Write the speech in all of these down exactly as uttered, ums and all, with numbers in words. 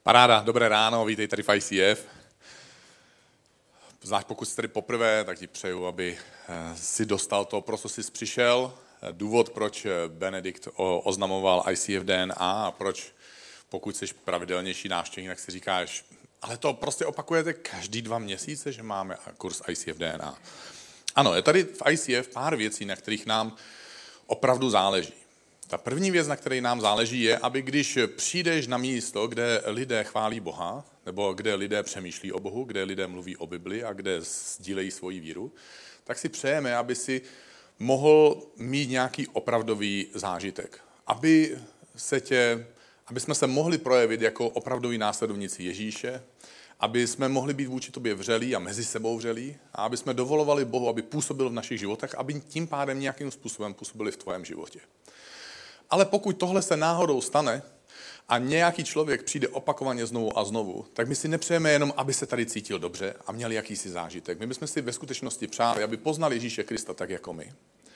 Paráda, dobré ráno, vítej tady v I C F. Zvlášť pokud jsi tady poprvé, tak ti přeju, aby si dostal to, pro co jsi přišel. Důvod, proč Benedikt oznamoval I C F D N A a proč, pokud jsi pravidelnější návštěvník, tak si říkáš, ale to prostě opakujete každý dva měsíce, že máme kurz I C F D N A. Ano, je tady v I C F pár věcí, na kterých nám opravdu záleží. Ta první věc, na které nám záleží, je, aby když přijdeš na místo, kde lidé chválí Boha, nebo kde lidé přemýšlí o Bohu, kde lidé mluví o Bibli a kde sdílejí svoji víru, tak si přejeme, aby si mohl mít nějaký opravdový zážitek. Aby, se tě, aby jsme se mohli projevit jako opravdoví následovníci Ježíše, aby jsme mohli být vůči tobě vřelí a mezi sebou vřelí a aby jsme dovolovali Bohu, aby působil v našich životech, aby tím pádem nějakým způsobem působili v tvém životě. Ale pokud tohle se náhodou stane a nějaký člověk přijde opakovaně znovu a znovu, tak my si nepřejeme jenom, aby se tady cítil dobře a měl jakýsi zážitek. My bychom si ve skutečnosti přáli, aby poznal Ježíše Krista tak jako my.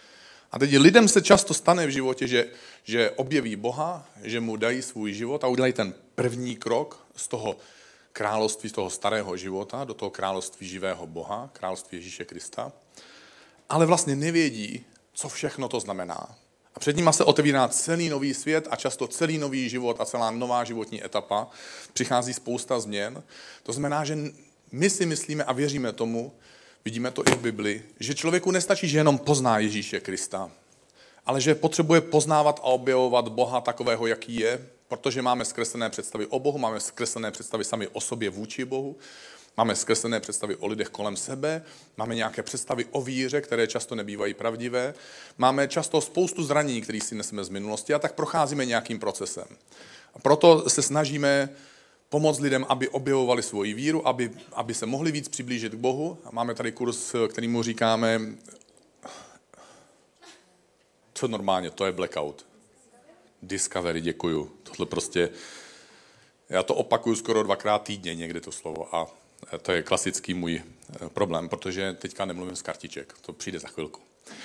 A teď lidem se často stane v životě, že, že objeví Boha, že mu dají svůj život a udělají ten první krok z toho království, z toho starého života do toho království živého Boha, království Ježíše Krista, ale vlastně nevědí, co všechno to znamená. A před nima se otevírá celý nový svět a často celý nový život a celá nová životní etapa. Přichází spousta změn. To znamená, že my si myslíme a věříme tomu, vidíme to i v Bibli, že člověku nestačí, že jenom pozná Ježíše Krista, ale že potřebuje poznávat a objevovat Boha takového, jaký je, protože máme zkreslené představy o Bohu, máme zkreslené představy sami o sobě vůči Bohu, máme zkreslené představy o lidech kolem sebe, máme nějaké představy o víře, které často nebývají pravdivé, máme často spoustu zranění, které si neseme z minulosti a tak procházíme nějakým procesem. A proto se snažíme pomoct lidem, aby objevovali svoji víru, aby, aby se mohli víc přiblížit k Bohu. A máme tady kurz, kterýmu říkáme, co normálně, to je blackout. Discovery, děkuju. Tohle prostě, já to opakuju skoro dvakrát týdně někde to slovo a to je klasický můj problém, protože teďka nemluvím z kartiček, to přijde za chvilku.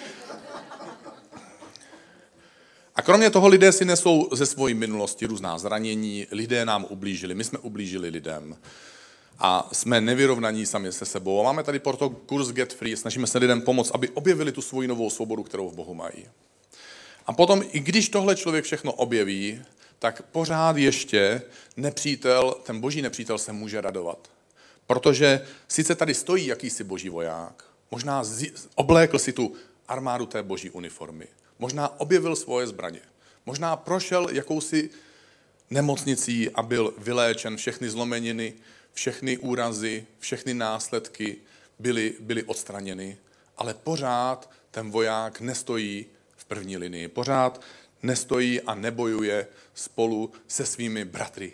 A kromě toho lidé si nesou ze svojí minulosti různá zranění, lidé nám ublížili, my jsme ublížili lidem a jsme nevyrovnaní sami se sebou. A máme tady proto kurz Get Free, snažíme se lidem pomoct, aby objevili tu svoji novou svobodu, kterou v Bohu mají. A potom, i když tohle člověk všechno objeví, tak pořád ještě nepřítel, ten boží nepřítel se může radovat. Protože sice tady stojí jakýsi boží voják, možná oblékl si tu armádu té boží uniformy, možná objevil svoje zbraně, možná prošel jakousi nemocnicí a byl vyléčen, všechny zlomeniny, všechny úrazy, všechny následky byly, byly odstraněny, ale pořád ten voják nestojí v první linii, pořád nestojí a nebojuje spolu se svými bratry.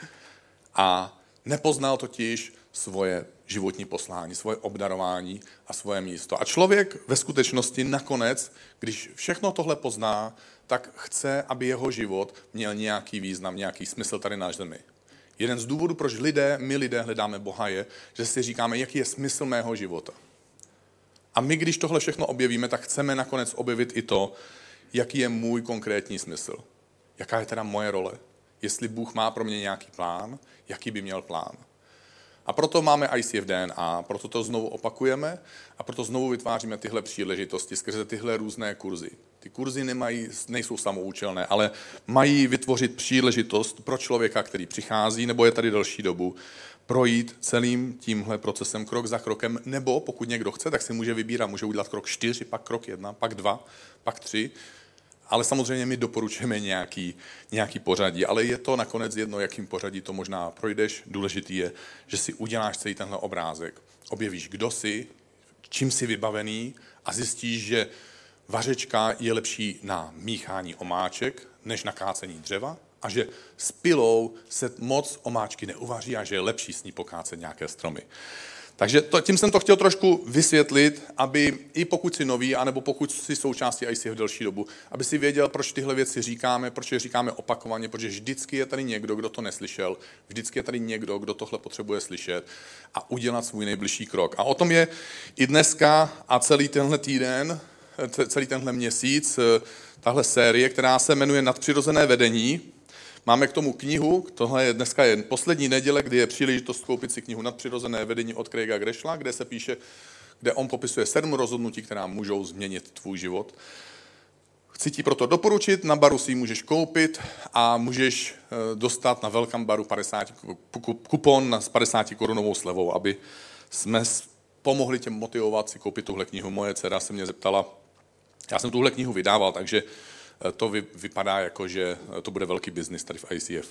A nepoznal totiž svoje životní poslání, svoje obdarování a svoje místo. A člověk ve skutečnosti nakonec, když všechno tohle pozná, tak chce, aby jeho život měl nějaký význam, nějaký smysl tady na zemi. Jeden z důvodů, proč lidé, my lidé hledáme Boha, je, že si říkáme, jaký je smysl mého života. A my, když tohle všechno objevíme, tak chceme nakonec objevit i to, jaký je můj konkrétní smysl. Jaká je teda moje role. Jestli Bůh má pro mě nějaký plán, jaký by měl plán. A proto máme I C F D N A, proto to znovu opakujeme a proto znovu vytváříme tyhle příležitosti skrze tyhle různé kurzy. Ty kurzy nemají, nejsou samoučelné, ale mají vytvořit příležitost pro člověka, který přichází nebo je tady delší dobu, projít celým tímhle procesem krok za krokem, nebo pokud někdo chce, tak si může vybírat, může udělat krok čtyři, pak krok jedna, pak dva, pak tři, ale samozřejmě my doporučujeme nějaký, nějaký pořadí, ale je to nakonec jedno, jakým pořadí to možná projdeš. Důležitý je, že si uděláš celý tenhle obrázek. Objevíš, kdo jsi, čím jsi vybavený a zjistíš, že vařečka je lepší na míchání omáček, než na kácení dřeva a že s pilou se moc omáčky neuvaří a že je lepší s ní pokácet nějaké stromy. Takže to, tím jsem to chtěl trošku vysvětlit, aby i pokud jsi nový, anebo pokud jsi součástí I C F delší dobu, aby si věděl, proč tyhle věci říkáme, proč je říkáme opakovaně, protože vždycky je tady někdo, kdo to neslyšel, vždycky je tady někdo, kdo tohle potřebuje slyšet a udělat svůj nejbližší krok. A o tom je i dneska a celý tenhle týden, celý tenhle měsíc, tahle série, která se jmenuje Nadpřirozené vedení, Máme k tomu knihu, tohle je dneska je poslední neděle, kdy je příležitost koupit si knihu Nadpřirozené vedení od Craiga Greshla, kde se píše, kde on popisuje sedm rozhodnutí, která můžou změnit tvůj život. Chci ti proto doporučit, na baru si ji můžeš koupit a můžeš dostat na Welcome baru padesát, kupon s padesáti korunovou slevou, aby jsme pomohli těm motivovat si koupit tuhle knihu. Moje dcera se mě zeptala, já jsem tuhle knihu vydával, takže to vy, vypadá jako, že to bude velký biznis tady v I C F.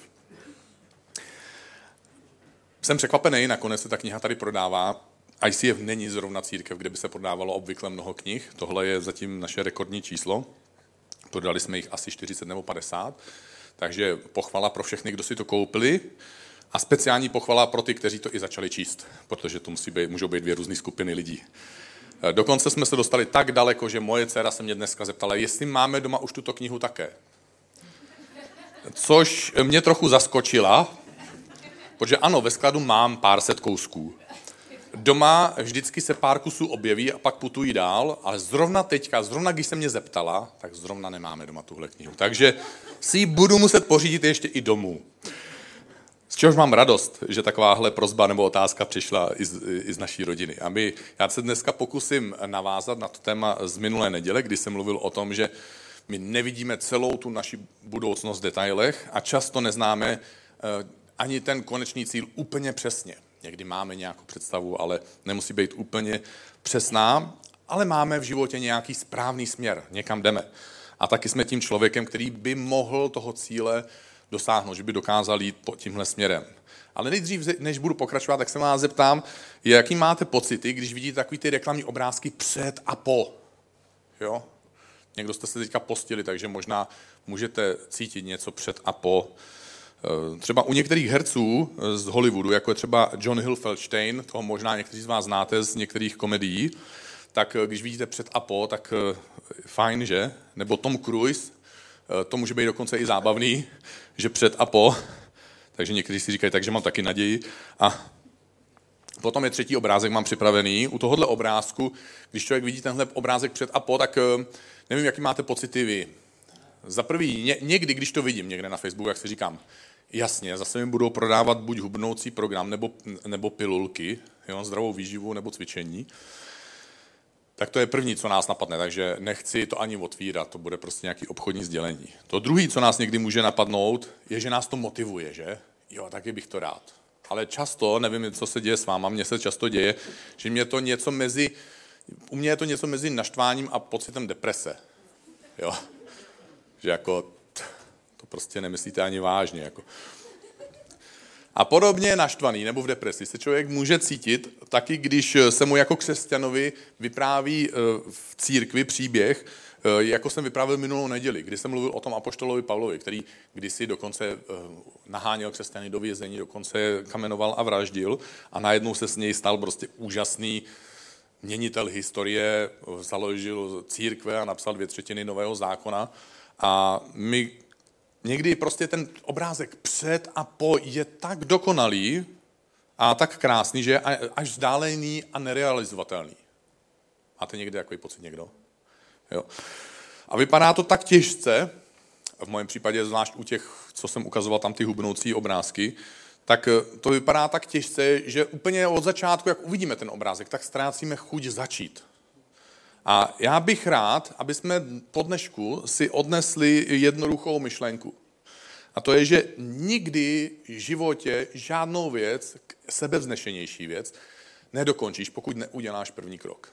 Jsem překvapený, nakonec se ta kniha tady prodává. I C F není zrovna církev, kde by se prodávalo obvykle mnoho knih. Tohle je zatím naše rekordní číslo. Prodali jsme jich asi čtyřicet nebo padesát. Takže pochvala pro všechny, kdo si to koupili. A speciální pochvala pro ty, kteří to i začali číst, protože to musí být, můžou být dvě různé skupiny lidí. Dokonce jsme se dostali tak daleko, že moje dcera se mě dneska zeptala, jestli máme doma už tuto knihu také. Což mě trochu zaskočila, protože ano, ve skladu mám pár set kousků. Doma vždycky se pár kusů objeví a pak putují dál, ale zrovna teďka, zrovna když se mě zeptala, tak zrovna nemáme doma tuhle knihu. Takže si ji budu muset pořídit ještě i domů. Z čehož mám radost, že takováhle prosba nebo otázka přišla i z, i z naší rodiny. A my, já se dneska pokusím navázat na to téma z minulé neděle, kdy jsem mluvil o tom, že my nevidíme celou tu naši budoucnost v detailech a často neznáme uh, ani ten konečný cíl úplně přesně. Někdy máme nějakou představu, ale nemusí být úplně přesná, ale máme v životě nějaký správný směr, někam jdeme. A taky jsme tím člověkem, který by mohl toho cíle dosáhnout, že by dokázal jít po tímhle směrem. Ale nejdřív, než budu pokračovat, tak se vás zeptám, jaký máte pocity, když vidíte takový ty reklamní obrázky před a po. Jo? Někdo jste se teďka postili, takže možná můžete cítit něco před a po. Třeba u některých herců z Hollywoodu, jako je třeba John Hill Feldstein, toho možná někteří z vás znáte z některých komedií, tak když vidíte před a po, tak fajn, že? Nebo Tom Cruise, to může být dokonce i zábavný, že před a po, takže někteří si říkají, takže mám taky naději. A potom je třetí obrázek, mám připravený. U tohohle obrázku, když člověk vidí tenhle obrázek před a po, tak nevím, jaký máte pocity vy. Za prvý, ně, někdy, když to vidím někde na Facebooku, jak si říkám, jasně, zase mi budou prodávat buď hubnoucí program, nebo, nebo pilulky, jo, zdravou výživu, nebo cvičení, tak to je první, co nás napadne, takže nechci to ani otvírat, to bude prostě nějaký obchodní sdělení. To druhý, co nás někdy může napadnout, je, že nás to motivuje, že? Jo, taky bych to rád. Ale často, nevím, co se děje s váma, mně se často děje, že mě to něco mezi, u mě je to něco mezi naštváním a pocitem deprese. Jo. Že jako, to prostě nemyslíte ani vážně. Jako. A podobně naštvaný nebo v depresi se člověk může cítit taky, když se mu jako křesťanovi vypráví v církvi příběh, jako jsem vyprávěl minulou neděli, kdy jsem mluvil o tom apoštolovi Pavlovi, který kdysi dokonce naháněl křesťany do vězení, dokonce kamenoval a vraždil a najednou se s něj stal prostě úžasný měnitel historie, založil církve a napsal dvě třetiny Nového zákona. A my někdy prostě ten obrázek před a po je tak dokonalý a tak krásný, že je až vzdálený a nerealizovatelný. Máte někdy takový pocit někdo? Jo. A vypadá to tak těžce, v mém případě zvlášť u těch, co jsem ukazoval tam ty hubnoucí obrázky, tak to vypadá tak těžce, že úplně od začátku, jak uvidíme ten obrázek, tak ztrácíme chuť začít. A já bych rád, aby jsme po dnešku si odnesli jednoduchou myšlenku. A to je, že nikdy v životě žádnou věc, sebevznešenější věc, nedokončíš, pokud neuděláš první krok.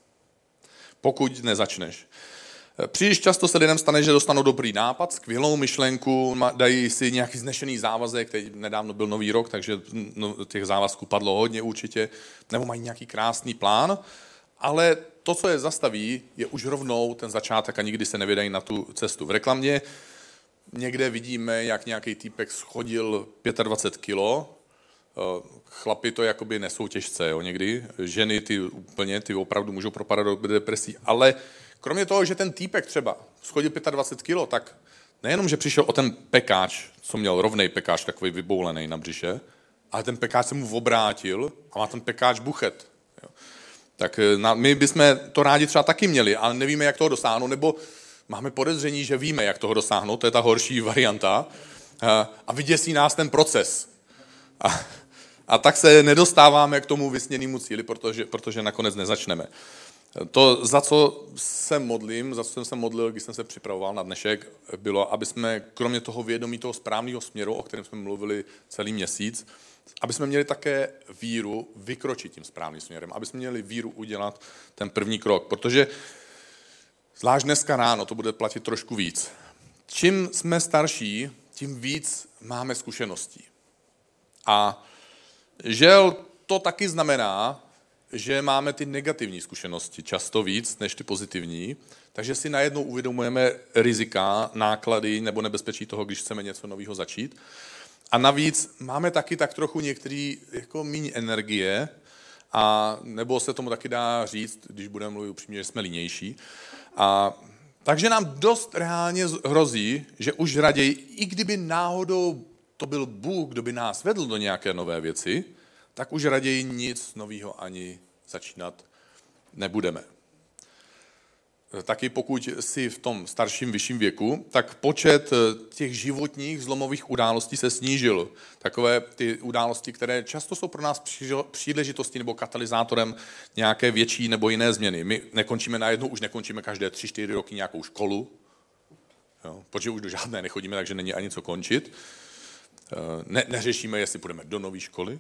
Pokud nezačneš. Příliš často se lidem stane, že dostanou dobrý nápad, skvělou myšlenku, dají si nějaký znešený závazek, teď nedávno byl nový rok, takže těch závazků padlo hodně určitě, nebo mají nějaký krásný plán, ale to, co je zastaví, je už rovnou ten začátek a nikdy se nevydají na tu cestu. V reklamě někde vidíme, jak nějaký týpek schodil dvacet pět kilo, chlapi to jakoby nesou těžce, jo, někdy, ženy ty úplně, ty opravdu můžou propadat do depresí, ale kromě toho, že ten týpek třeba schodil dvacet pět kilo, tak nejenom, že přišel o ten pekáč, co měl rovnej pekáč, takový vyboulený na břiše, ale ten pekáč se mu obrátil a má ten pekáč buchet. Jo. Tak my bychom to rádi třeba taky měli, ale nevíme, jak toho dosáhnout, nebo máme podezření, že víme, jak toho dosáhnout, to je ta horší varianta, a vyděsí nás ten proces. A, a tak se nedostáváme k tomu vysněnému cíli, protože, protože nakonec nezačneme. To, za co se modlím, za co jsem se modlil, když jsem se připravoval na dnešek, bylo, aby jsme kromě toho vědomí toho správného směru, o kterém jsme mluvili celý měsíc, aby jsme měli také víru vykročit tím správným směrem, aby jsme měli víru udělat ten první krok, protože zvlášť dneska ráno to bude platit trošku víc. Čím jsme starší, tím víc máme zkušeností. A žel to taky znamená, že máme ty negativní zkušenosti často víc než ty pozitivní, takže si najednou uvědomujeme rizika, náklady nebo nebezpečí toho, když chceme něco nového začít. A navíc máme taky tak trochu některý jako míň energie, a nebo se tomu taky dá říct, když budeme mluvit upřímně, že jsme línější. A takže nám dost reálně hrozí, že už raději, i kdyby náhodou to byl Bůh, kdo by nás vedl do nějaké nové věci, tak už raději nic nového ani začínat nebudeme. Taky pokud jsi v tom starším, vyšším věku, tak počet těch životních zlomových událostí se snížil. Takové ty události, které často jsou pro nás příležitosti nebo katalyzátorem nějaké větší nebo jiné změny. My nekončíme najednou, už nekončíme každé tři, čtyři roky nějakou školu, jo, protože už do žádné nechodíme, takže není ani co končit. Ne, neřešíme, jestli půjdeme do nové školy.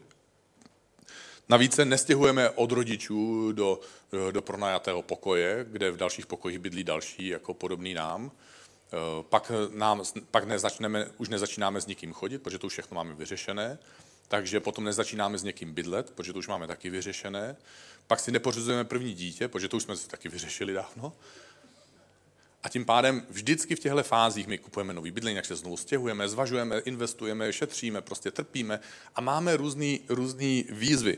Navíc se nestěhujeme od rodičů do, do pronajatého pokoje, kde v dalších pokojích bydlí další, jako podobný nám. Pak, nám, pak nezačneme, už nezačínáme s nikým chodit, protože to už všechno máme vyřešené. Takže potom nezačínáme s někým bydlet, protože to už máme taky vyřešené. Pak si nepořizujeme první dítě, protože to už jsme si taky vyřešili dávno. A tím pádem vždycky v těchto fázích my kupujeme nový bydlení, jak se znovu stěhujeme, zvažujeme, investujeme, šetříme, prostě trpíme a máme různý, různý výzvy.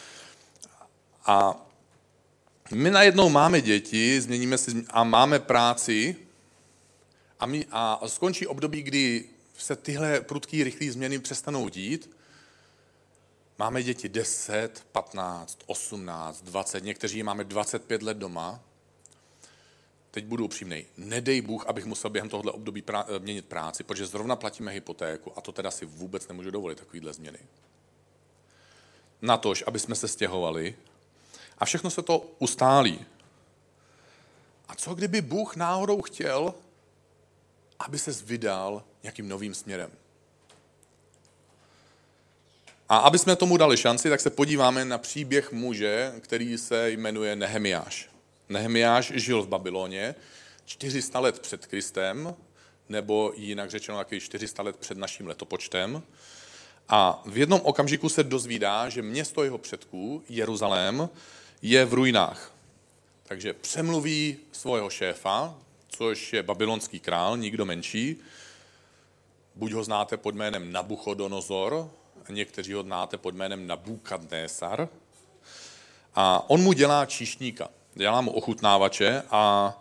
A my najednou máme děti, změníme si a máme práci a, my, a skončí období, kdy se tyhle prudký, rychlé změny přestanou dít. Máme děti deset, patnáct, osmnáct, dvacet, někteří máme dvacet pět let doma. Teď budu upřímnej, nedej Bůh, abych musel během tohoto období prá- měnit práci, protože zrovna platíme hypotéku a to teda si vůbec nemůžu dovolit, takovýhle změny. Natož, aby jsme se stěhovali a všechno se to ustálí. A co kdyby Bůh náhodou chtěl, aby ses vydal nějakým novým směrem? A aby jsme tomu dali šanci, tak se podíváme na příběh muže, který se jmenuje Nehemiáš. Nehemiáš žil v Babyloně čtyři sta let před Kristem, nebo jinak řečeno taky čtyři sta let před naším letopočtem. A v jednom okamžiku se dozvídá, že město jeho předků, Jeruzalém, je v ruinách. Takže přemluví svého šéfa, což je babylonský král, nikdo menší. Buď ho znáte pod jménem Nabuchodonozor, někteří ho znáte pod jménem Nabukadnézar. A on mu dělá číšníka. Dělá mu ochutnávače a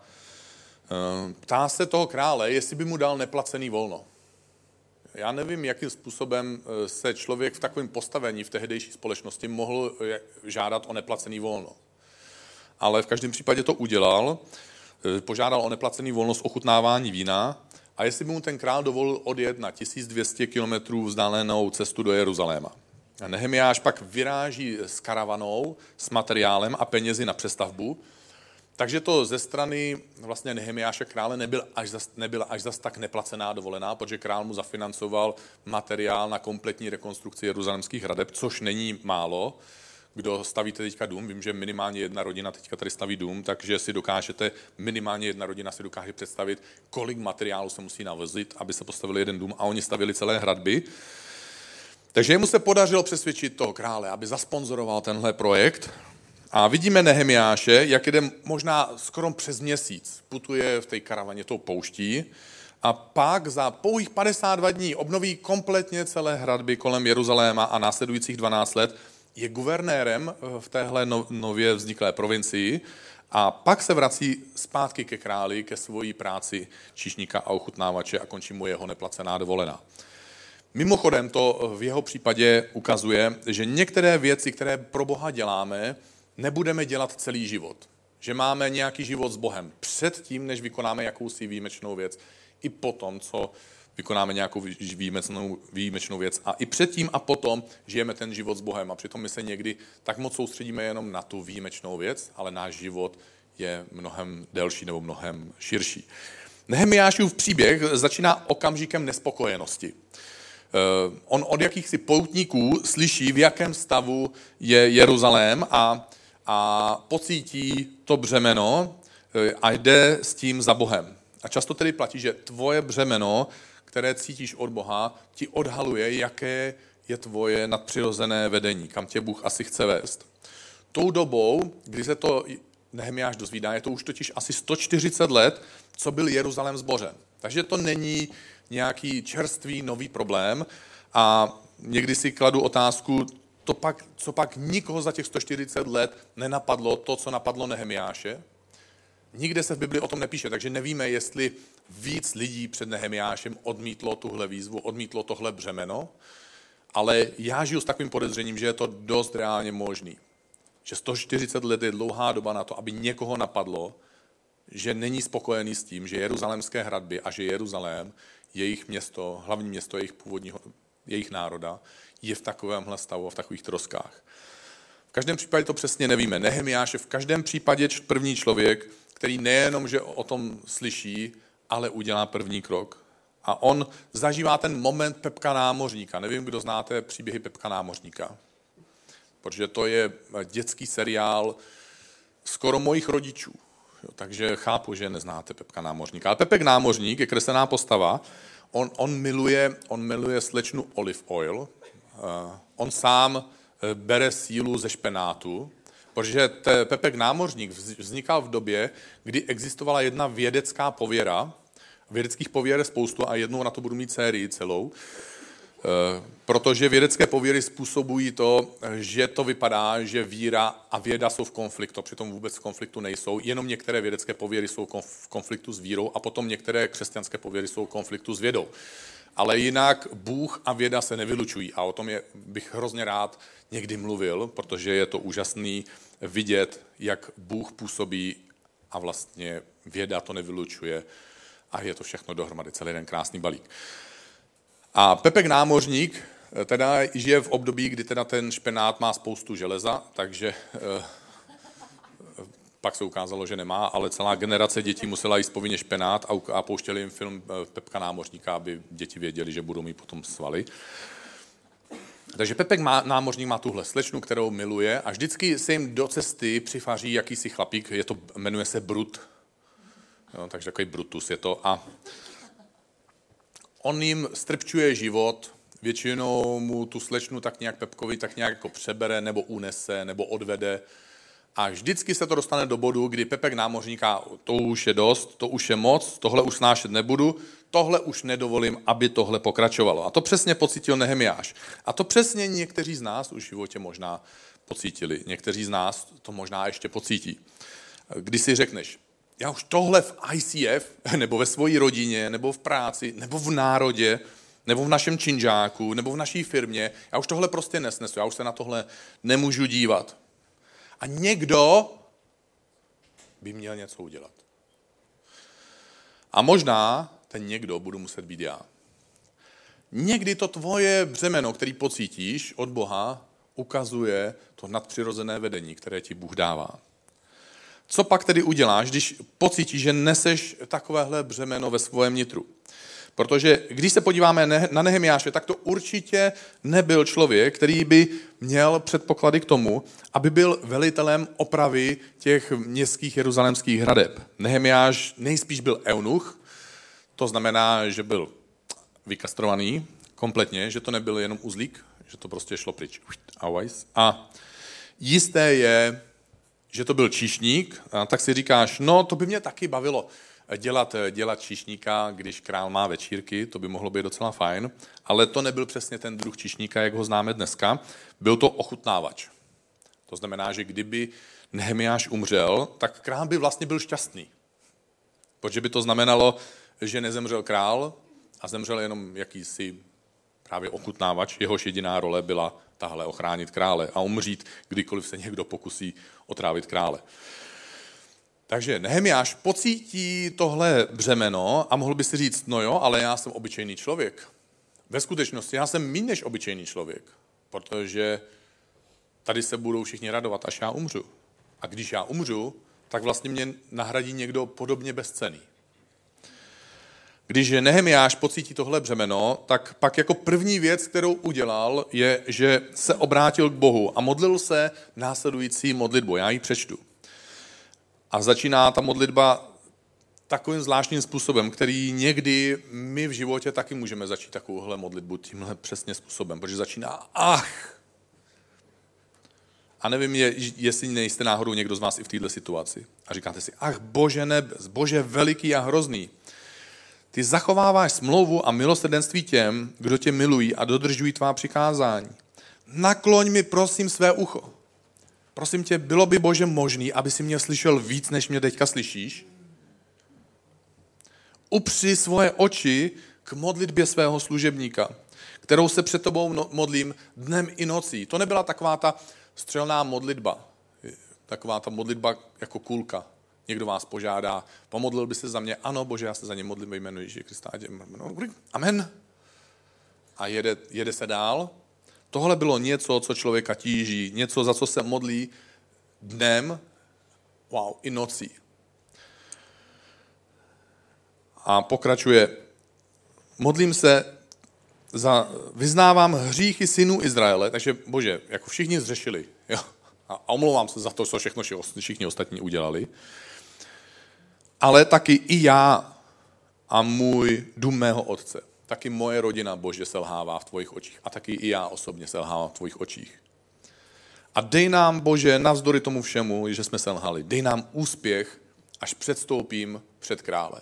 ptá se toho krále, jestli by mu dal neplacený volno. Já nevím, jakým způsobem se člověk v takovém postavení v tehdejší společnosti mohl žádat o neplacený volno. Ale v každém případě to udělal, požádal o neplacený volno z ochutnávání vína a jestli by mu ten král dovolil odjet na tisíc dvě stě kilometrů vzdálenou cestu do Jeruzaléma. A Nehemiáš pak vyráží s karavanou, s materiálem a penězi na přestavbu, takže to ze strany vlastně Nehemiáše krále nebyl až zas, nebyla až zas tak neplacená dovolená, protože král mu zafinancoval materiál na kompletní rekonstrukci jeruzalémských hradeb, což není málo. Kdo stavíte teďka dům, vím, že minimálně jedna rodina teďka tady staví dům, takže si dokážete, minimálně jedna rodina si dokáže představit, kolik materiálu se musí navozit, aby se postavil jeden dům a oni stavili celé hradby. Takže jemu se podařilo přesvědčit toho krále, aby zasponzoroval tenhle projekt. A vidíme Nehemiáše, jak jde možná skoro přes měsíc, putuje v té karavaně tou pouští a pak za pouhých padesát dva dní obnoví kompletně celé hradby kolem Jeruzaléma a následujících dvanáct let je guvernérem v téhle nově vzniklé provincii a pak se vrací zpátky ke králi, ke svojí práci číšníka a ochutnávače a končí mu jeho neplacená dovolená. Mimochodem to v jeho případě ukazuje, že některé věci, které pro Boha děláme, nebudeme dělat celý život. Že máme nějaký život s Bohem před tím, než vykonáme jakousi výjimečnou věc, i potom, co vykonáme nějakou výjimečnou, výjimečnou věc a i předtím a potom žijeme ten život s Bohem a přitom my se někdy tak moc soustředíme jenom na tu výjimečnou věc, ale náš život je mnohem delší nebo mnohem širší. Nehemiášův příběh začíná okamžikem nespokojenosti. On od jakýchsi poutníků slyší, v jakém stavu je Jeruzalém a, a pocítí to břemeno a jde s tím za Bohem. A často tedy platí, že tvoje břemeno, které cítíš od Boha, ti odhaluje, jaké je tvoje nadpřirozené vedení, kam tě Bůh asi chce vést. Tou dobou, kdy se to Nehemiáš dozvídá, je to už totiž asi sto čtyřicet let, co byl Jeruzalém zbořen. Takže to není nějaký čerstvý nový problém a někdy si kladu otázku, to pak, co pak nikoho za těch sto čtyřicet let nenapadlo to, co napadlo Nehemiáše. Nikde se v Bibli o tom nepíše, takže nevíme, jestli víc lidí před Nehemiášem odmítlo tuhle výzvu, odmítlo tohle břemeno, ale já žiju s takovým podezřením, že je to dost reálně možný. Že sto čtyřicet let je dlouhá doba na to, aby někoho napadlo, že není spokojený s tím, že jeruzalémské hradby a že Jeruzalém, jejich město, hlavní město jejich původního, jejich národa, je v takovémhle stavu a v takových troskách. V každém případě to přesně nevíme. Nehemiáš je v každém případě první člověk, který nejenom, že o tom slyší, ale udělá první krok. A on zažívá ten moment Pepka námořníka. Nevím, kdo znáte příběhy Pepka námořníka. Protože to je dětský seriál skoro mojich rodičů. Jo, takže chápu, že neznáte Pepka námořníka. Ale Pepek námořník je kreslená postava. On, on, miluje, on miluje slečnu Olive Oil. Uh, on sám bere sílu ze špenátu, protože te, Pepek námořník vznikal v době, kdy existovala jedna vědecká pověra. Vědeckých pověr je spoustu a jednou na to budu mít sérii celou. Protože vědecké pověry způsobují to, že to vypadá, že víra a věda jsou v konfliktu, přitom vůbec v konfliktu nejsou. Jenom některé vědecké pověry jsou v konfliktu s vírou a potom některé křesťanské pověry jsou v konfliktu s vědou. Ale jinak Bůh a věda se nevylučují a o tom je, bych hrozně rád někdy mluvil, protože je to úžasný vidět, jak Bůh působí a vlastně věda to nevylučuje a je to všechno dohromady, celý jeden krásný balík. A Pepek námořník teda žije v období, kdy teda ten špenát má spoustu železa, takže eh, pak se ukázalo, že nemá, ale celá generace dětí musela jíst povinně špenát a, a pouštěli jim film Pepka námořníka, aby děti věděli, že budou mít potom svaly. Takže Pepek má, námořník má tuhle slečnu, kterou miluje a vždycky se jim do cesty přifaří jakýsi chlapík, je to, jmenuje se Brut, jo, takže takový Brutus je to a on jim strpčuje život, většinou mu tu slečnu tak nějak Pepkovi tak nějak jako přebere, nebo unese, nebo odvede. A vždycky se to dostane do bodu, kdy Pepek námořníka, to už je dost, to už je moc, tohle už snášet nebudu, tohle už nedovolím, aby tohle pokračovalo. A to přesně pocítil Nehemiáš. A to přesně někteří z nás už v životě možná pocítili. Někteří z nás to možná ještě pocítí. Když si řekneš, já už tohle v I C F, nebo ve své rodině, nebo v práci, nebo v národě, nebo v našem činžáku, nebo v naší firmě, já už tohle prostě nesnesu, já už se na tohle nemůžu dívat. A někdo by měl něco udělat. A možná ten někdo budu muset být já. Někdy to tvoje břemeno, který pocítíš od Boha, ukazuje to nadpřirozené vedení, které ti Bůh dává. Co pak tedy uděláš, když pocítíš, že neseš takovéhle břemeno ve svém nitru? Protože když se podíváme na Nehemiáše, tak to určitě nebyl člověk, který by měl předpoklady k tomu, aby byl velitelem opravy těch městských jeruzalémských hradeb. Nehemiáš nejspíš byl eunuch, to znamená, že byl vykastrovaný kompletně, že to nebyl jenom uzlík, že to prostě šlo pryč. A jisté je, že to byl číšník, a tak si říkáš, no to by mě taky bavilo dělat, dělat číšníka, když král má večírky, to by mohlo být docela fajn, ale to nebyl přesně ten druh číšníka, jak ho známe dneska, byl to ochutnávač. To znamená, že kdyby Nehemiáš umřel, tak král by vlastně byl šťastný. Protože by to znamenalo, že nezemřel král a zemřel jenom jakýsi právě ochutnávač, jehož jediná role byla tahle ochránit krále a umřít, kdykoliv se někdo pokusí otrávit krále. Takže Nehemiáš pocítí tohle břemeno a mohl by si říct, no jo, ale já jsem obyčejný člověk. Ve skutečnosti já jsem méně než obyčejný člověk, protože tady se budou všichni radovat, až já umřu. A když já umřu, tak vlastně mě nahradí někdo podobně bezcenný. Když Nehemiáš pocítí tohle břemeno, tak pak jako první věc, kterou udělal, je, že se obrátil k Bohu a modlil se následující modlitbu. Já ji přečtu. A začíná ta modlitba takovým zvláštním způsobem, který někdy my v životě taky můžeme začít takovouhle modlitbu tímhle přesně způsobem, protože začíná ach. A nevím, je, jestli nejste náhodou někdo z vás i v této situaci. A říkáte si, ach Bože nebes, Bože veliký a hrozný. Ty zachováváš smlouvu a milosrdenství těm, kdo tě milují a dodržují tvá přikázání. Nakloň mi prosím své ucho. Prosím tě, bylo by Bože možný, aby si mě slyšel víc, než mě teďka slyšíš? Upři svoje oči k modlitbě svého služebníka, kterou se před tebou modlím dnem i nocí. To nebyla taková ta střelná modlitba, taková ta modlitba jako kulka. Někdo vás požádá, pomodlil by se za mě, ano Bože, já se za ně modlím ve jménu Ježíše Krista. Amen. A jede, jede se dál. Tohle bylo něco, co člověka tíží, něco, za co se modlí dnem, wow, i nocí. A pokračuje, modlím se, za, vyznávám hříchy synů Izraele, takže Bože, jako všichni zřešili, jo, a omlouvám se za to, co všechno všichni ostatní udělali, ale taky i já a můj dům mého otce, taky moje rodina, Bože, selhává v tvojich očích a taky i já osobně selhávám v tvojich očích. A dej nám, Bože, navzdory tomu všemu, že jsme selhali, dej nám úspěch, až předstoupím před krále.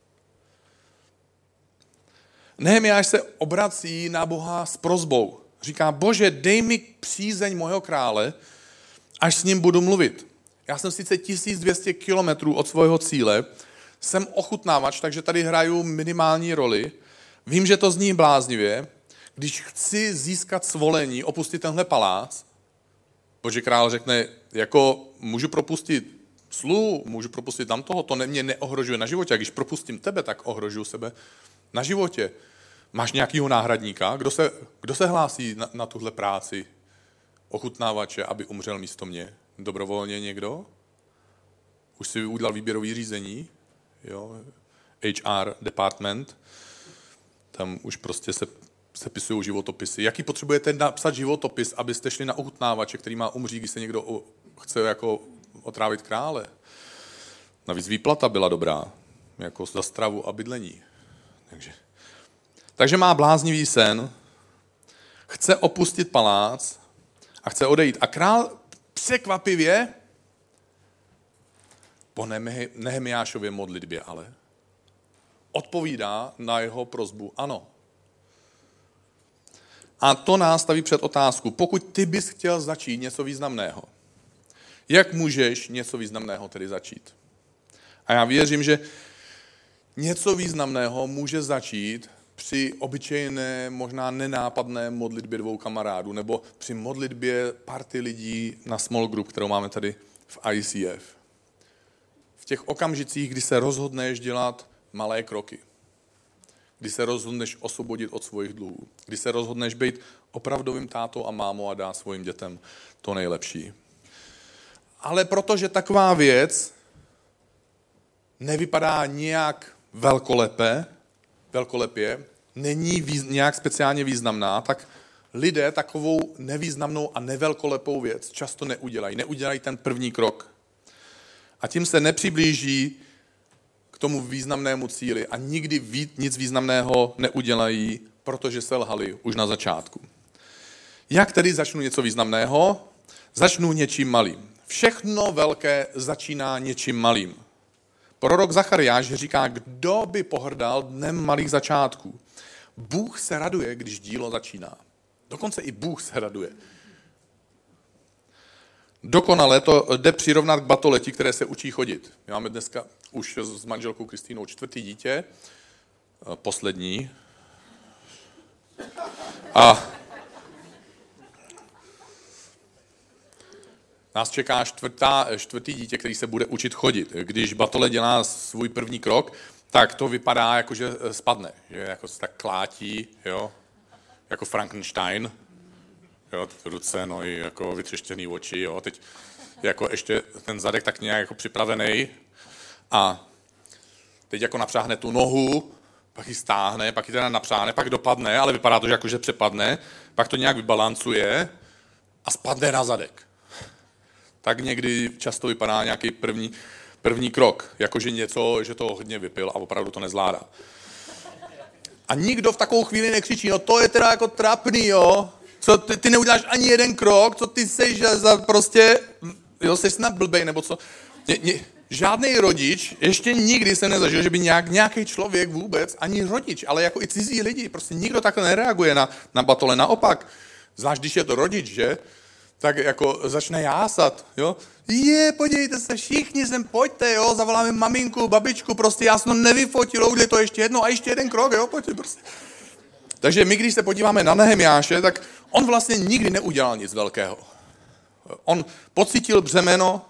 Nehemiáš se obrací na Boha s prosbou. Říká, Bože, dej mi přízeň mojho krále, až s ním budu mluvit. Já jsem sice tisíc dvě stě kilometrů od svého cíle, jsem ochutnávač, takže tady hraju minimální roli. Vím, že to zní bláznivě. Když chci získat svolení, opustit tenhle palác, Bože, král řekne, jako můžu propustit slu, můžu propustit tam toho, to mě neohrožuje na životě. A když propustím tebe, tak ohrožuju sebe na životě. Máš nějakýho náhradníka? Kdo se, kdo se hlásí na, na tuhle práci ochutnávače, aby umřel místo mě? Dobrovolně někdo? Už si udělal výběrový řízení? Jo? H R department. Tam už prostě se sepisují životopisy. Jaký potřebujete napsat životopis, abyste šli na ochutnávače, který má umřít, když se někdo chce jako otrávit krále? Navíc výplata byla dobrá, jako za stravu a bydlení. Takže, takže má bláznivý sen, chce opustit palác a chce odejít. A král překvapivě po Nehemiášově modlitbě ale odpovídá na jeho prosbu ano. A to nás staví před otázku, pokud ty bys chtěl začít něco významného, jak můžeš něco významného tedy začít? A já věřím, že něco významného může začít při obyčejné, možná nenápadné modlitbě dvou kamarádů nebo při modlitbě party lidí na small group, kterou máme tady v I C F. V těch okamžicích, kdy se rozhodneš dělat malé kroky, kdy se rozhodneš osvobodit od svých dluhů, kdy se rozhodneš být opravdovým tátou a mámou a dát svým dětem to nejlepší. Ale protože taková věc nevypadá nějak velkolepé, velkolepě, není výz, nějak speciálně významná, tak lidé takovou nevýznamnou a nevelkolepou věc často neudělají. Neudělají ten první krok. A tím se nepřiblíží k tomu významnému cíli a nikdy ví, nic významného neudělají, protože selhali už na začátku. Jak tedy začnu něco významného? Začnu něčím malým. Všechno velké začíná něčím malým. Prorok Zachariáš říká, kdo by pohrdal dnem malých začátků. Bůh se raduje, když dílo začíná. Dokonce i Bůh se raduje. Dokonale to jde přirovnat k batoleti, které se učí chodit. My máme dneska už s manželkou Kristýnou čtvrtý dítě, poslední. A Nás čeká čtvrtá, čtvrtý dítě, který se bude učit chodit. Když Batole dělá svůj první krok, tak to vypadá jako, že spadne. Že jako se tak klátí, jo? Jako Frankenstein. Jo? Ruce, no i jako vytřeštěný oči. Jo? Teď jako ještě ten zadek tak nějak jako připravený. A teď jako napřáhne tu nohu, pak ji stáhne, pak ji teda napřáhne, pak dopadne, ale vypadá to, že jako že přepadne, pak to nějak vybalancuje a spadne na zadek. Tak někdy často vypadá nějaký první, první krok, jakože něco, že to hodně vypil a opravdu to nezvládá. A nikdo v takovou chvíli nekřičí, no to je teda jako trapný, jo, co ty, ty neuděláš ani jeden krok, co ty seš za prostě, jo, jsi snad blbej, nebo co. Ně, ně, žádný rodič, ještě nikdy jsem nezažil, že by nějak, nějaký člověk vůbec, ani rodič, ale jako i cizí lidi, prostě nikdo takhle nereaguje na, na Batole, naopak, zvlášť když je to rodič, že, tak jako začne jásat, jo. Je, podívejte se, všichni sem pojďte, jo, zavoláme maminku, babičku, prostě já jsem to nevyfotil, udělej to ještě jedno a ještě jeden krok, jo, pojďte prostě. Takže my, když se podíváme na Nehemjáše, tak on vlastně nikdy neudělal nic velkého. On pocítil břemeno,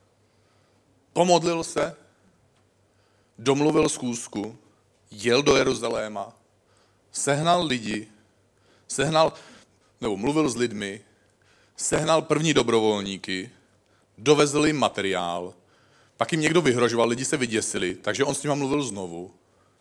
pomodlil se, domluvil schůzku, jel do Jeruzaléma, sehnal lidi, sehnal, nebo mluvil s lidmi, sehnal první dobrovolníky, dovezl jim materiál, pak jim někdo vyhrožoval, lidi se vyděsili, takže on s nima mluvil znovu.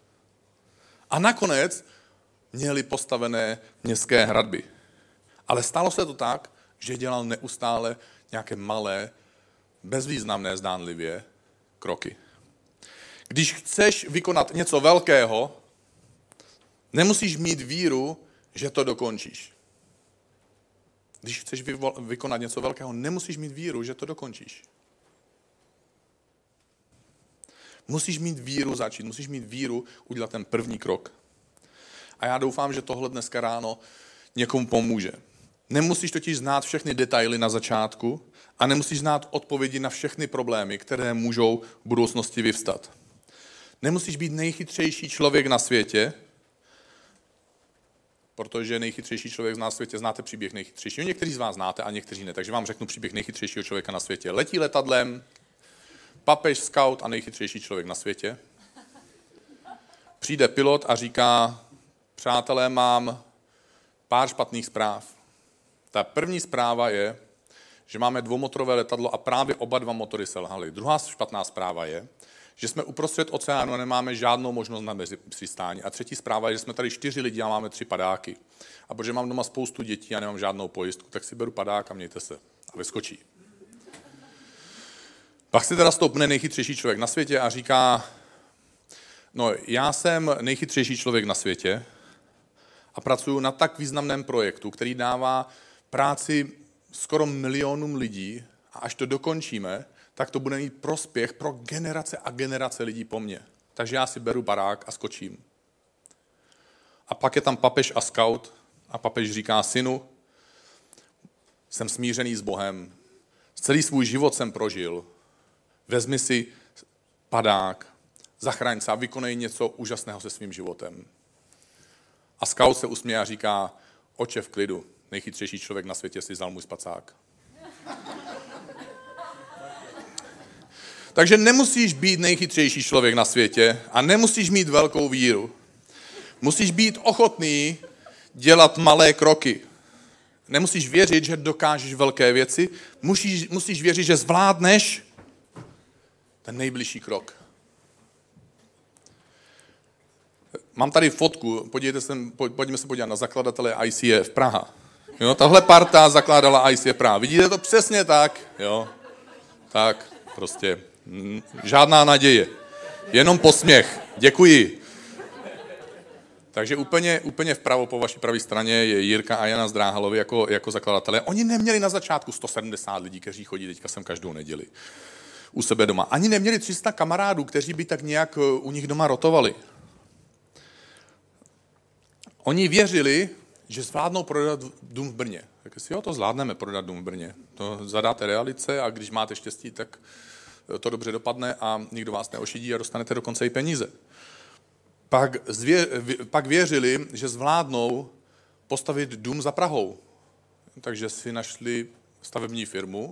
A nakonec měli postavené městské hradby. Ale stalo se to tak, že dělal neustále nějaké malé, bezvýznamné zdánlivě kroky. Když chceš vykonat něco velkého, nemusíš mít víru, že to dokončíš. Když chceš vykonat něco velkého, nemusíš mít víru, že to dokončíš. Musíš mít víru začít, musíš mít víru udělat ten první krok. A já doufám, že tohle dneska ráno někomu pomůže. Nemusíš totiž znát všechny detaily na začátku a nemusíš znát odpovědi na všechny problémy, které můžou v budoucnosti vyvstat. Nemusíš být nejchytřejší člověk na světě, protože nejchytřejší člověk na světě, znáte příběh nejchytřejšího. Někteří z vás znáte a někteří ne, takže vám řeknu příběh nejchytřejšího člověka na světě. Letí letadlem, papež, scout a nejchytřejší člověk na světě. Přijde pilot a říká, přátelé, mám pár špatných zpráv. Ta první zpráva je, že máme dvoumotorové letadlo a právě oba dva motory selhaly. Druhá špatná zpráva je, že jsme uprostřed oceánu a nemáme žádnou možnost na přistání. A třetí zpráva je, že jsme tady čtyři lidi a máme tři padáky. A protože mám doma spoustu dětí a nemám žádnou pojistku, tak si beru padák a mějte se. A vyskočí. Pak si teda stoupne nejchytřejší člověk na světě a říká, no já jsem nejchytřejší člověk na světě a pracuji na tak významném projektu, který dává práci skoro milionům lidí a až to dokončíme, tak to bude mít prospěch pro generace a generace lidí po mně. Takže já si beru barák a skočím. A pak je tam papež a scout a papež říká, synu, jsem smířený s Bohem, celý svůj život jsem prožil, vezmi si padák, zachraň se a vykonej něco úžasného se svým životem. A scout se usměje a říká, oče v klidu, nejchytřejší člověk na světě si vzal můj spacák. Takže nemusíš být nejchytřejší člověk na světě a nemusíš mít velkou víru. Musíš být ochotný dělat malé kroky. Nemusíš věřit, že dokážeš velké věci, musíš, musíš věřit, že zvládneš ten nejbližší krok. Mám tady fotku, podívejte se, pojďme se podívat na zakladatele I C F Praha. Jo, tahle parta zakládala I C F Praha. Vidíte to přesně tak? Jo, tak prostě žádná naděje. Jenom posměch. Děkuji. Takže úplně, úplně vpravo po vaší pravé straně je Jirka a Jana Zdráhalovi jako, jako zakladatelé. Oni neměli na začátku sto sedmdesát lidí, kteří chodí teďka sem každou neděli u sebe doma. Ani neměli tři sta kamarádů, kteří by tak nějak u nich doma rotovali. Oni věřili, že zvládnou prodat dům v Brně. Tak si jo, to zvládneme prodat dům v Brně. To zadáte realice a když máte štěstí, tak to dobře dopadne a nikdo vás neošidí a dostanete dokonce i peníze. Pak, zvě, pak věřili, že zvládnou postavit dům za Prahou. Takže si našli stavební firmu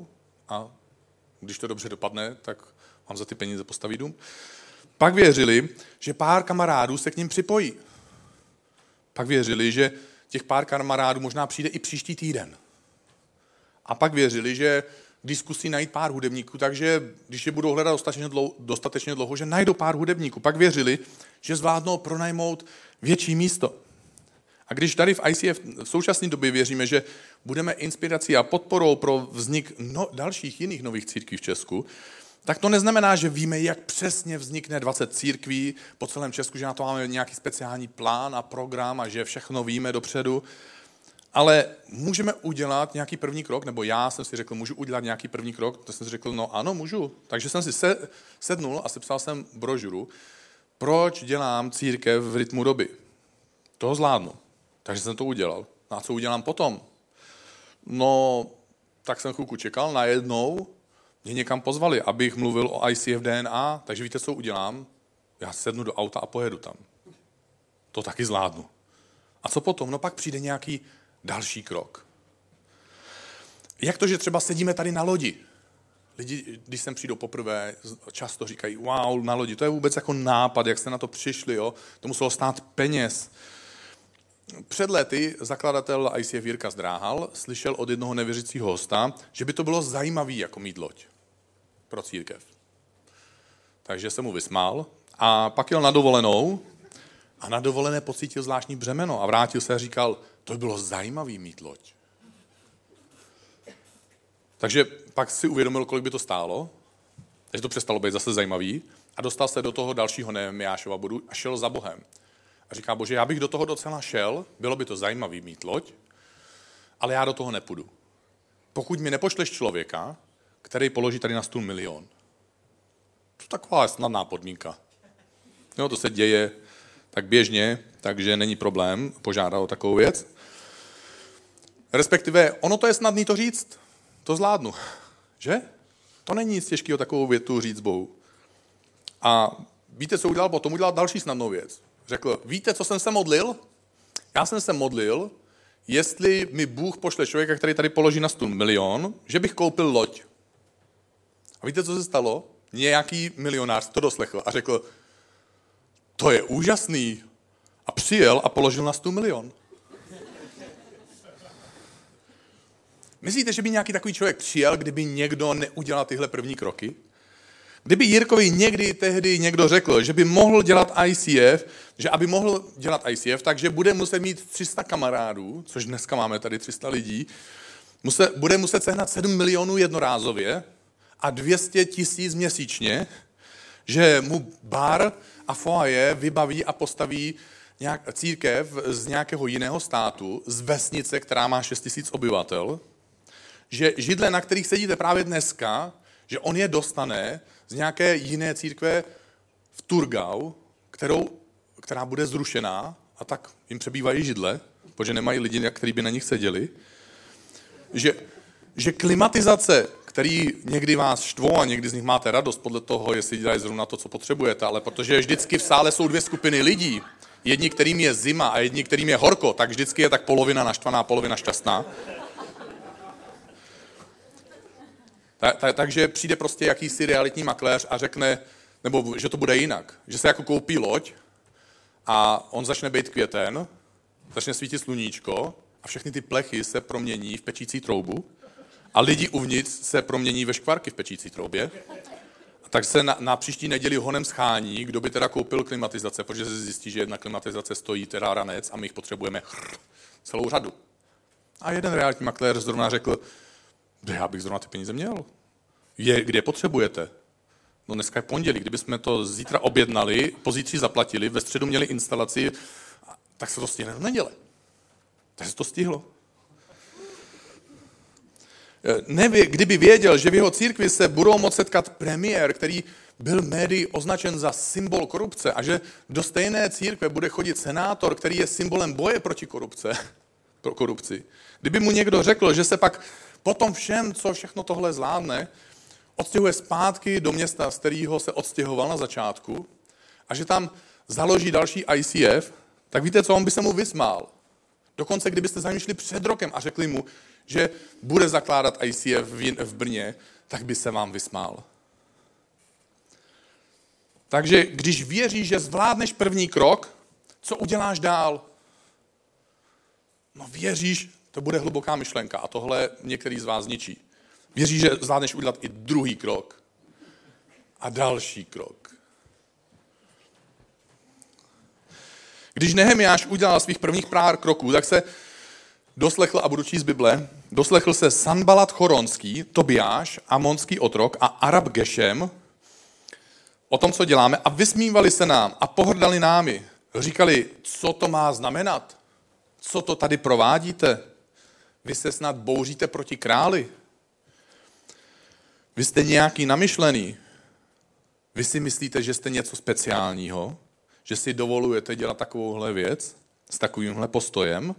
a když to dobře dopadne, tak vám za ty peníze postaví dům. Pak věřili, že pár kamarádů se k ním připojí. Pak věřili, že těch pár kamarádů možná přijde i příští týden. A pak věřili, že když zkusí najít pár hudebníků, takže když je budou hledat dostatečně dlouho, dostatečně dlouho, že najdou pár hudebníků. Pak věřili, že zvládnou pronajmout větší místo. A když tady v I C F v současné době věříme, že budeme inspirací a podporou pro vznik no, dalších jiných nových církví v Česku, tak to neznamená, že víme, jak přesně vznikne dvacet církví po celém Česku, že na to máme nějaký speciální plán a program a že všechno víme dopředu. Ale můžeme udělat nějaký první krok, nebo já jsem si řekl, můžu udělat nějaký první krok, to jsem si řekl, no ano, můžu. Takže jsem si sednul a sepsal jsem brožuru, proč dělám církev v rytmu doby. Toho zvládnu. Takže jsem to udělal. No a co udělám potom? No, tak jsem chvilku čekal, najednou mě někam pozvali, abych mluvil o I C F D N A, takže víte, co udělám? Já sednu do auta a pojedu tam. To taky zvládnu. A co potom? No pak přijde nějaký další krok. Jak to, že třeba sedíme tady na lodi? Lidi, když sem přijdou poprvé, často říkají, wow, na lodi, to je vůbec jako nápad, jak jste na to přišli, jo? To muselo stát peněz. Před lety zakladatel I C F Jirka Zdráhal slyšel od jednoho nevěřícího hosta, že by to bylo zajímavý jako mít loď pro církev. Takže se mu vysmál a pak jel na dovolenou a na dovolené pocítil zvláštní břemeno a vrátil se a říkal, to by bylo zajímavý mít loď. Takže pak si uvědomil, kolik by to stálo, takže to přestalo být zase zajímavý a dostal se do toho dalšího Nehemiášova bodu a šel za Bohem. A říká, Bože, já bych do toho docela šel, bylo by to zajímavý mít loď, ale já do toho nepůjdu. Pokud mi nepošleš člověka, který položí tady na stůl milion. To je taková snadná podmínka. Jo, to se děje tak běžně, takže není problém požádat o takovou věc. Respektive, ono to je snadný to říct, to zvládnu, že? To není nic těžkého takovou větu říct Bohu. A víte, co udělal potom? Udělal další snadnou věc. Řekl, víte, co jsem se modlil? Já jsem se modlil, jestli mi Bůh pošle člověka, který tady položí na stůl milion, že bych koupil loď. A víte, co se stalo? Nějaký milionář to doslechl a řekl, to je úžasný. A přijel a položil na stůl milion. Myslíte, že by nějaký takový člověk přijel, kdyby někdo neudělal tyhle první kroky? Kdyby Jirkovi někdy tehdy někdo řekl, že by mohl dělat I C F, že aby mohl dělat I C F, takže bude muset mít tři sta kamarádů, což dneska máme tady tři sta lidí, muset, bude muset sehnat sedm milionů jednorázově a dvě stě tisíc měsíčně, že mu bar a foaje vybaví a postaví nějak, církev z nějakého jiného státu, z vesnice, která má šest tisíc obyvatel, že židle, na kterých sedíte právě dneska, že on je dostane z nějaké jiné církve v Turgau, kterou, která bude zrušená, a tak jim přebývají židle, protože nemají lidi, kteří by na nich seděli. Že, že klimatizace, který někdy vás štvou a někdy z nich máte radost podle toho, jestli dělají zrovna to, co potřebujete, ale protože vždycky v sále jsou dvě skupiny lidí, jedni, kterým je zima a jedni, kterým je horko, tak vždycky je tak polovina naštvaná, polovina šťastná. Ta, ta, takže přijde prostě jakýsi realitní makléř a řekne, nebo že to bude jinak, že se jako koupí loď a on začne být květen, začne svítit sluníčko a všechny ty plechy se promění v pečící troubu a lidi uvnitř se promění ve škvarky v pečící troubě. A tak se na, na příští neděli honem schání, kdo by teda koupil klimatizace, protože se zjistí, že jedna klimatizace stojí teda ranec a my jich potřebujeme celou řadu. A jeden realitní makléř zrovna řekl, kde já bych zrovna ty peníze měl? Je, kde potřebujete? No dneska je pondělí, kdybychom to zítra objednali, pozítří zaplatili, ve středu měli instalaci, tak se to stihne do neděle. Tak se to stihlo. Nevě, kdyby věděl, že v jeho církvi se budou moct setkat premiér, který byl médií označen za symbol korupce a že do stejné církve bude chodit senátor, který je symbolem boje proti korupce, pro korupci. Kdyby mu někdo řekl, že se pak potom všem, co všechno tohle zvládne, odstěhuje zpátky do města, z kterého se odstěhoval na začátku a že tam založí další I C F, tak víte co, on by se mu vysmál. Dokonce, kdybyste za ním šli před rokem a řekli mu, že bude zakládat I C F v Brně, tak by se vám vysmál. Takže když věříš, že zvládneš první krok, co uděláš dál? No věříš, to bude hluboká myšlenka a tohle některý z vás zničí. Věříš, že zvládneš udělat i druhý krok a další krok. Když Nehemiáš udělal svých prvních pár kroků, tak se doslechl, a budu číst Bible, doslechl se Sanbalat Choronský, Tobiáš, amonský otrok a Arab Gešem o tom, co děláme, a vysmívali se nám a pohrdali námi. Říkali, co to má znamenat? Co to tady provádíte? Vy se snad bouříte proti králi? Vy jste nějaký namyšlený? Vy si myslíte, že jste něco speciálního? Že si dovolujete dělat takovouhle věc s takovýmhle postojem?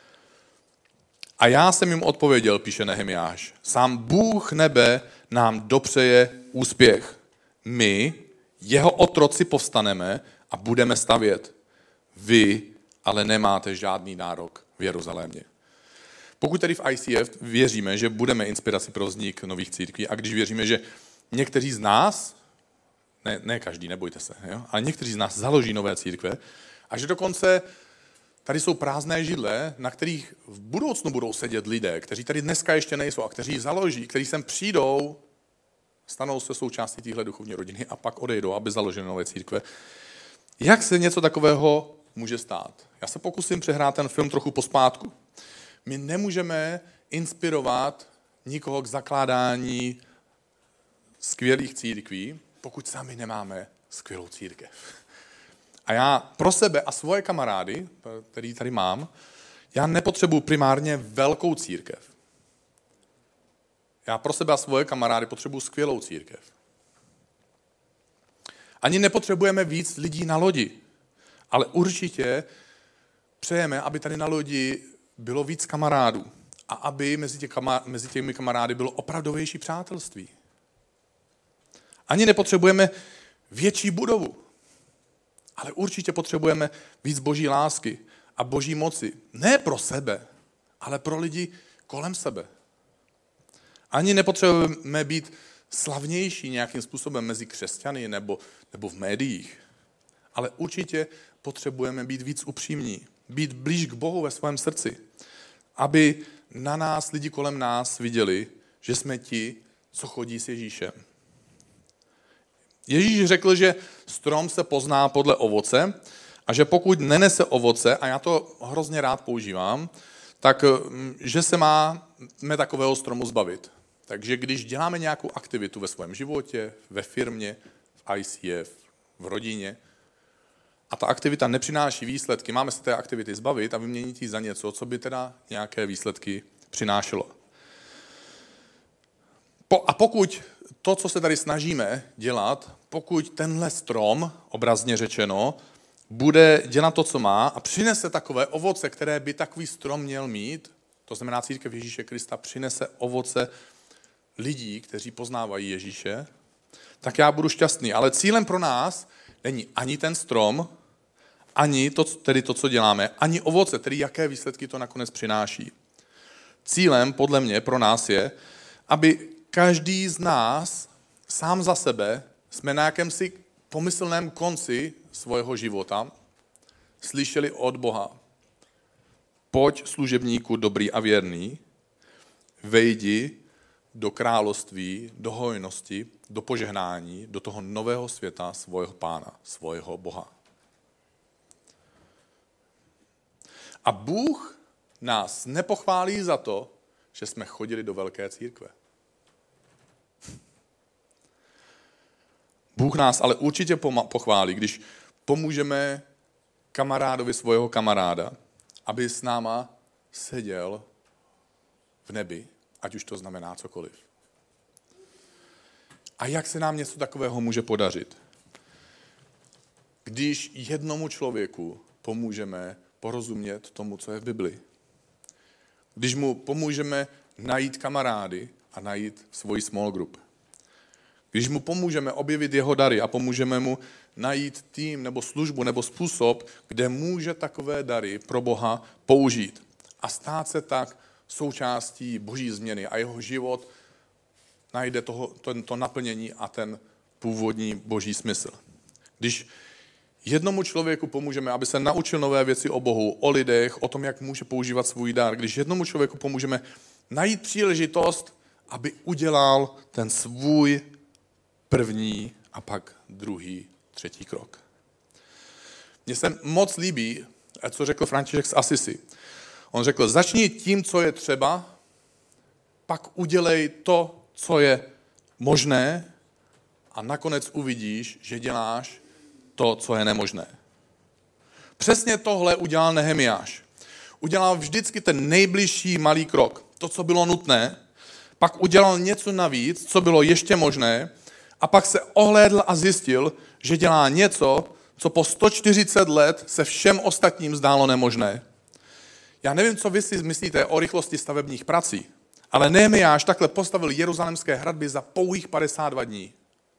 A já jsem jim odpověděl, píše Nehemiáš, sám Bůh nebe nám dopřeje úspěch. My, jeho otroci, povstaneme a budeme stavět. Vy ale nemáte žádný nárok v Jeruzalémě. Pokud tady v I C F věříme, že budeme inspirací pro vznik nových církví, a když věříme, že někteří z nás, ne, ne každý, nebojte se, jo, ale někteří z nás založí nové církve, a že dokonce tady jsou prázdné židle, na kterých v budoucnu budou sedět lidé, kteří tady dneska ještě nejsou a kteří založí, kteří sem přijdou, stanou se součástí téhle duchovní rodiny a pak odejdou, aby založili nové církve. Jak se něco takového může stát? Já se pokusím přehrát ten film trochu pospátku. My nemůžeme inspirovat nikoho k zakládání skvělých církví, pokud sami nemáme skvělou církev. A já pro sebe a svoje kamarády, který tady mám, já nepotřebuji primárně velkou církev. Já pro sebe a svoje kamarády potřebuji skvělou církev. Ani nepotřebujeme víc lidí na lodi, ale určitě přejeme, aby tady na lodi bylo víc kamarádů a aby mezi, tě kama, mezi těmi kamarády bylo opravdovější přátelství. Ani nepotřebujeme větší budovu, ale určitě potřebujeme víc boží lásky a boží moci. Ne pro sebe, ale pro lidi kolem sebe. Ani nepotřebujeme být slavnější nějakým způsobem mezi křesťany nebo, nebo v médiích, ale určitě potřebujeme být víc upřímní, být blíž k Bohu ve svém srdci, aby na nás, lidi kolem nás viděli, že jsme ti, co chodí s Ježíšem. Ježíš řekl, že strom se pozná podle ovoce a že pokud nenese ovoce, a já to hrozně rád používám, tak že se máme takového stromu zbavit. Takže když děláme nějakou aktivitu ve svém životě, ve firmě, v I C F, v rodině, a ta aktivita nepřináší výsledky, máme se té aktivity zbavit a vyměnit ji za něco, co by teda nějaké výsledky přinášelo. Po, a pokud to, co se tady snažíme dělat, pokud tenhle strom, obrazně řečeno, bude dělat to, co má a přinese takové ovoce, které by takový strom měl mít, to znamená církev Ježíše Krista přinese ovoce lidí, kteří poznávají Ježíše, tak já budu šťastný. Ale cílem pro nás není ani ten strom, ani to, tedy to, co děláme, ani ovoce, tedy jaké výsledky to nakonec přináší. Cílem podle mě pro nás je, aby každý z nás sám za sebe jsme na jakémsi pomyslném konci svého života slyšeli od Boha: pojď, služebníku dobrý a věrný, vejdi do království, do hojnosti, do požehnání, do toho nového světa svého Pána, svého Boha. A Bůh nás nepochválí za to, že jsme chodili do velké církve. Bůh nás ale určitě pochválí, když pomůžeme kamarádovi svého kamaráda, aby s náma seděl v nebi, ať už to znamená cokoliv. A jak se nám něco takového může podařit? Když jednomu člověku pomůžeme porozumět tomu, co je v Bibli. Když mu pomůžeme najít kamarády a najít svoji small group. Když mu pomůžeme objevit jeho dary a pomůžeme mu najít tým nebo službu nebo způsob, kde může takové dary pro Boha použít a stát se tak součástí boží změny a jeho život najde toho, to, to naplnění a ten původní boží smysl. Když jednomu člověku pomůžeme, aby se naučil nové věci o Bohu, o lidech, o tom, jak může používat svůj dar, když jednomu člověku pomůžeme najít příležitost, aby udělal ten svůj první a pak druhý, třetí krok. Mně se moc líbí, co řekl František z Assisi. On řekl, začni tím, co je třeba, pak udělej to, co je možné a nakonec uvidíš, že děláš to, co je nemožné. Přesně tohle udělal Nehemiáš. Udělal vždycky ten nejbližší malý krok, to, co bylo nutné, pak udělal něco navíc, co bylo ještě možné, a pak se ohlédl a zjistil, že dělá něco, co po sto čtyřicet let se všem ostatním zdálo nemožné. Já nevím, co vy si myslíte o rychlosti stavebních prací, ale Nehemiáš takhle postavil jeruzalémské hradby za pouhých padesát dva dní.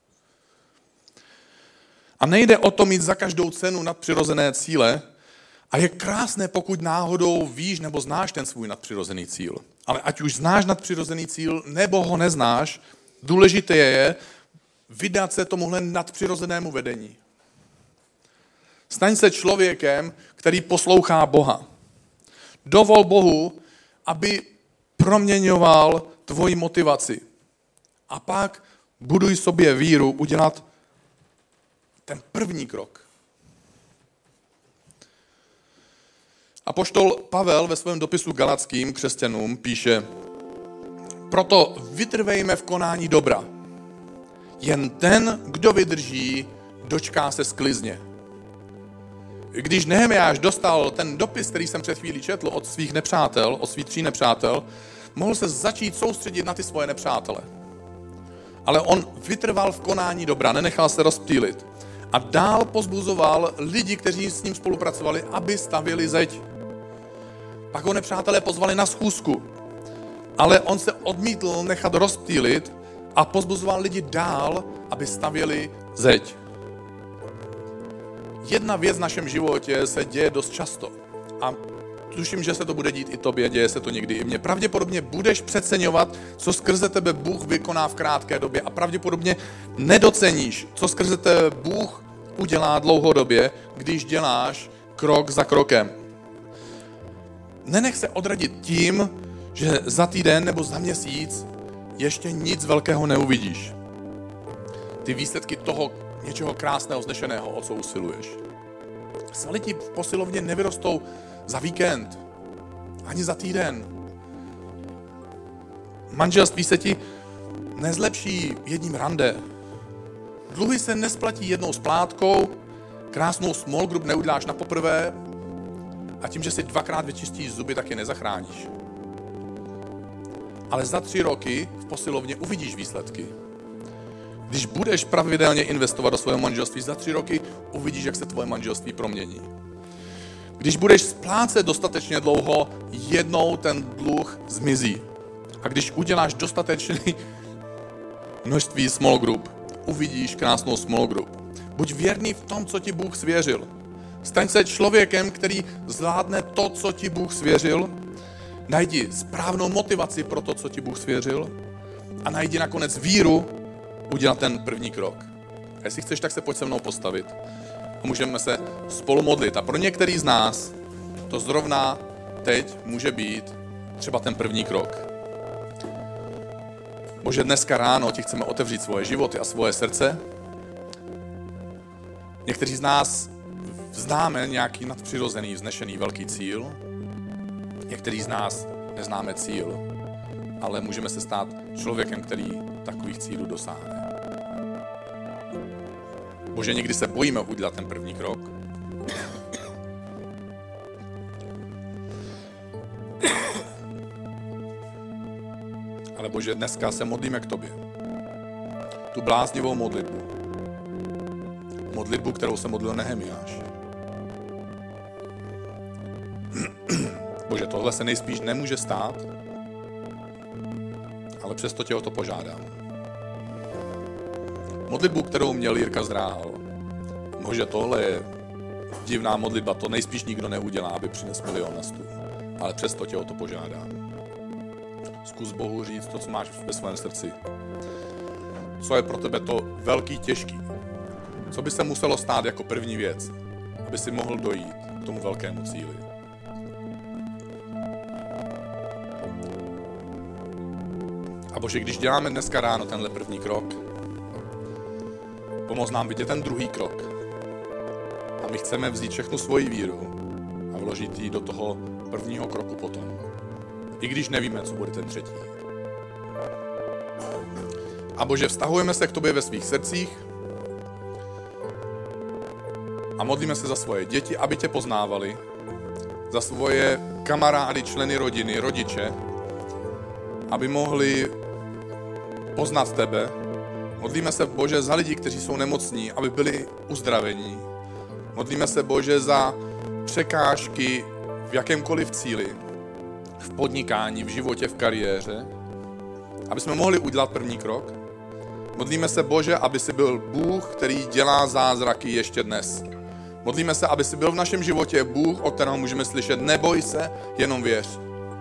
A nejde o to mít za každou cenu nadpřirozené cíle, a je krásné, pokud náhodou víš nebo znáš ten svůj nadpřirozený cíl. Ale ať už znáš nadpřirozený cíl, nebo ho neznáš, důležité je vydat se tomuhle nadpřirozenému vedení. Staň se člověkem, který poslouchá Boha. Dovol Bohu, aby proměňoval tvoji motivaci. A pak buduj sobě víru udělat ten první krok. Apoštol Pavel ve svém dopisu Galackým křesťanům píše: proto vytrvejme v konání dobra. Jen ten, kdo vydrží, dočká se sklizně. Když Nehemiáš dostal ten dopis, který jsem před chvílí četl od svých nepřátel, od svých tří nepřátel, mohl se začít soustředit na ty svoje nepřátele. Ale on vytrval v konání dobra, nenechal se rozptýlit. A dál pozbuzoval lidi, kteří s ním spolupracovali, aby stavěli zeď. Pak ho nepřátelé pozvali na schůzku, ale on se odmítl nechat rozptýlit a pozbuzoval lidi dál, aby stavěli zeď. Jedna věc v našem životě se děje dost často a tuším, že se to bude dít i tobě, děje se to někdy i mně. Pravděpodobně budeš přeceňovat, co skrze tebe Bůh vykoná v krátké době a pravděpodobně nedoceníš, co skrze tebe Bůh udělá dlouhodobě, když děláš krok za krokem. Nenech se odradit tím, že za týden nebo za měsíc ještě nic velkého neuvidíš. Ty výsledky toho něčeho krásného, vznešeného, o co usiluješ. Svaly ti v posilovně nevyrostou za víkend, ani za týden. Manželství se ti nezlepší jedním rande. Dluhy se nesplatí jednou splátkou, krásnou small group neuděláš na poprvé a tím, že si dvakrát vyčistíš zuby, tak je nezachráníš. Ale za tři roky v posilovně uvidíš výsledky. Když budeš pravidelně investovat do svého manželství, za tři roky uvidíš, jak se tvoje manželství promění. Když budeš splácet dostatečně dlouho, jednou ten dluh zmizí. A když uděláš dostatečné množství small group, uvidíš krásnou small group. Buď věrný v tom, co ti Bůh svěřil. Staň se člověkem, který zvládne to, co ti Bůh svěřil. Najdi správnou motivaci pro to, co ti Bůh svěřil. A najdi nakonec víru udělat ten první krok. A jestli chceš, tak se pojď se mnou postavit. A můžeme se spolu modlit. A pro některý z nás to zrovna teď může být třeba ten první krok. Bože, dneska ráno ti chceme otevřít svoje životy a svoje srdce. Někteří z nás známe nějaký nadpřirozený, vznešený velký cíl. Někteří z nás neznáme cíl, ale můžeme se stát člověkem, který takových cílů dosáhne. Bože, někdy se bojíme udělat ten první krok. Ale Bože, dneska se modlíme k tobě. Tu bláznivou modlitbu. Modlitbu, kterou se modlil Nehemiáš. Bože, tohle se nejspíš nemůže stát, ale přesto tě o to požádám. Modlitbu, kterou měl Jirka Zdráhal. Bože, tohle je divná modlitba, to nejspíš nikdo neudělá, aby přinesl milion na stůl. Ale přesto tě o to požádám. Zkus Bohu říct to, co máš ve svém srdci. Co je pro tebe to velký, těžký? Co by se muselo stát jako první věc, aby si mohl dojít k tomu velkému cíli? A Bože, když děláme dneska ráno tenhle první krok, pomoz nám vidět ten druhý krok. A my chceme vzít všechnu svoji víru a vložit ji do toho prvního kroku potom. I když nevíme, co bude ten třetí. A Bože, vztahujeme se k tobě ve svých srdcích a modlíme se za svoje děti, aby tě poznávali, za svoje kamarády, členy rodiny, rodiče, aby mohli poznat tebe. Modlíme se, Bože, za lidi, kteří jsou nemocní, aby byli uzdravení. Modlíme se, Bože, za překážky v jakémkoliv cíli, v podnikání, v životě, v kariéře, aby jsme mohli udělat první krok. Modlíme se, Bože, aby jsi byl Bůh, který dělá zázraky ještě dnes. Modlíme se, aby jsi byl v našem životě Bůh, o kterém můžeme slyšet, neboj se, jenom věř.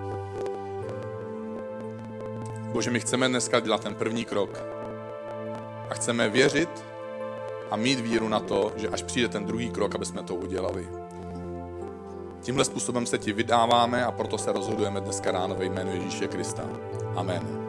Bože, my chceme dneska dělat ten první krok. A chceme věřit a mít víru na to, že až přijde ten druhý krok, aby jsme to udělali. Tímhle způsobem se ti vydáváme a proto se rozhodujeme dneska ráno ve jménu Ježíše Krista. Amen.